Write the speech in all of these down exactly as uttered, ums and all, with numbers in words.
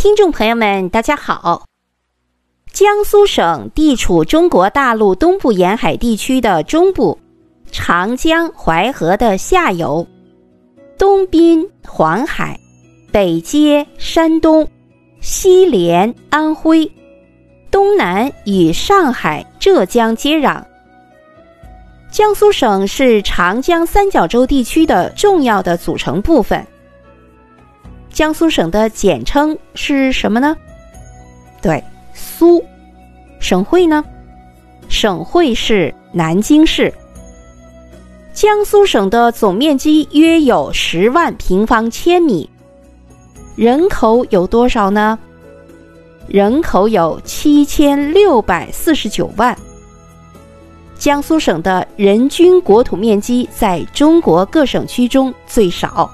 听众朋友们，大家好。江苏省地处中国大陆东部沿海地区的中部，长江、淮河的下游，东濒黄海，北接山东，西连安徽，东南与上海、浙江接壤。江苏省是长江三角洲地区的重要的组成部分。江苏省的简称是什么呢？对，苏。省会呢？省会是南京市。江苏省的总面积约有十万平方千米，人口有多少呢？人口有七千六百四十九万。江苏省的人均国土面积在中国各省区中最少。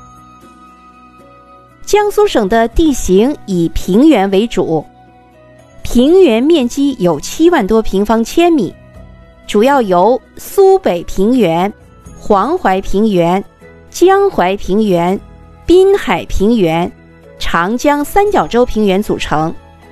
江苏省的地形以平原为主，平原面积有七万多平方千米，主要由苏北平原、黄淮平原、江淮平原、滨海平原、长江三角洲平原组成。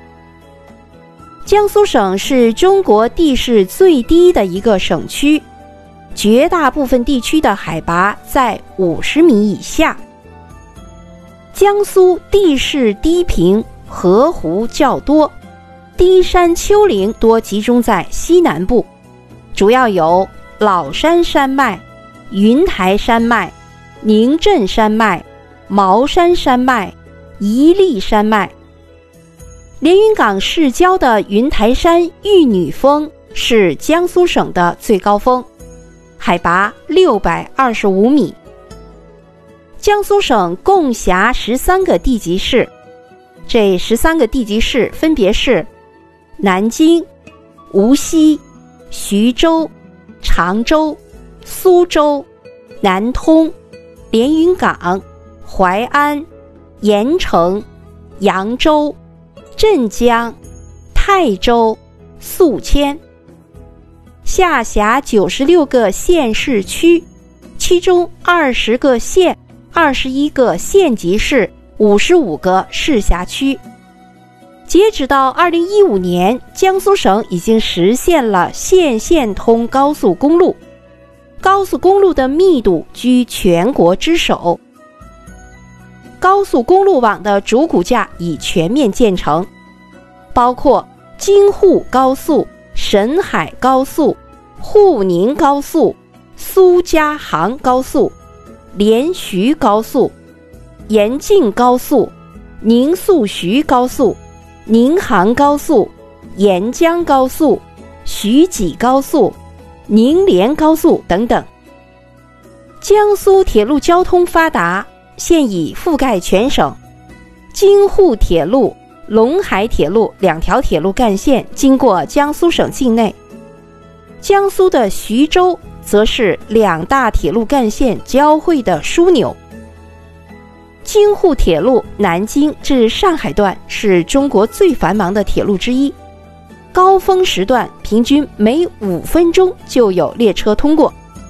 江苏省是中国地势最低的一个省区，绝大部分地区的海拔在五十米以下。江苏地势低平，河湖较多，低山丘陵多集中在西南部，主要有老山山脉、云台山脉、宁镇山脉、茅山山脉、宜力山脉。连云港市郊的云台山玉女峰是江苏省的最高峰，海拔六百二十五米。江苏省共辖十三个地级市，这十三个地级市分别是南京、无锡、徐州、常州、苏州、南通、连云港、淮安、盐城、扬州、镇江、泰州、宿迁。下辖九十六个县市区，其中二十个县、二十一个县级市、五十五个市辖区。截止到二零一五年，江苏省已经实现了县县通高速公路，高速公路的密度居全国之首。高速公路网的主骨架已全面建成，包括京沪高速、沈海高速、沪宁高速、苏嘉杭高速、连徐高速、延庆高速、宁肃徐高速、宁杭高速、沿江高速、徐济高速、宁连高速等等。江苏铁路交通发达，现已覆盖全省。京沪铁路、陇海铁路两条铁路干线经过江苏省境内。江苏的徐州则是两大铁路干线交汇的枢纽。京沪铁路南京至上海段是中国最繁忙的铁路之一，高峰时段平均每五分钟就有列车通过。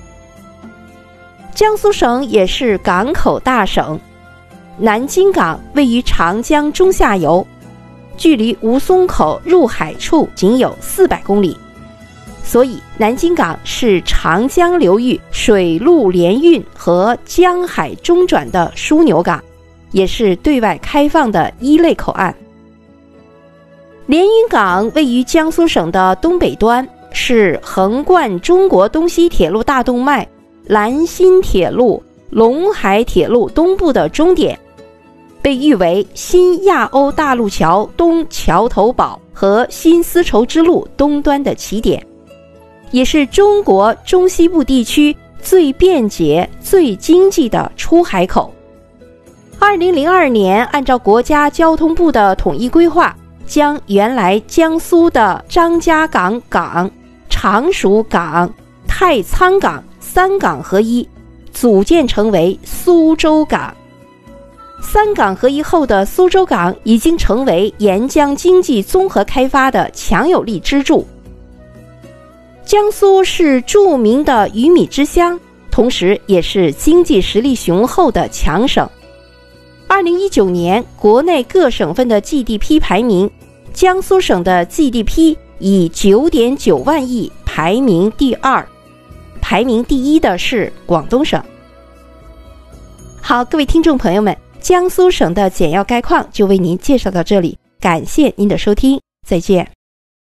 江苏省也是港口大省，南京港位于长江中下游，距离吴淞口入海处仅有四百公里，所以南京港是长江流域水陆联运和江海中转的枢纽港，也是对外开放的一类口岸。连云港位于江苏省的东北端，是横贯中国东西铁路大动脉兰新铁路、陇海铁路东部的终点，被誉为新亚欧大陆桥东桥头堡和新丝绸之路东端的起点，也是中国中西部地区最便捷、最经济的出海口。二零零二年，按照国家交通部的统一规划，将原来江苏的张家港港、常熟港、太仓港三港合一，组建成为苏州港。三港合一后的苏州港已经成为沿江经济综合开发的强有力支柱。江苏是著名的鱼米之乡，同时也是经济实力雄厚的强省。 二零一九年国内各省份的 G D P 排名，江苏省的 G D P 以 九点九万亿排名第二，排名第一的是广东省。好，各位听众朋友们，江苏省的简要概况就为您介绍到这里，感谢您的收听，再见。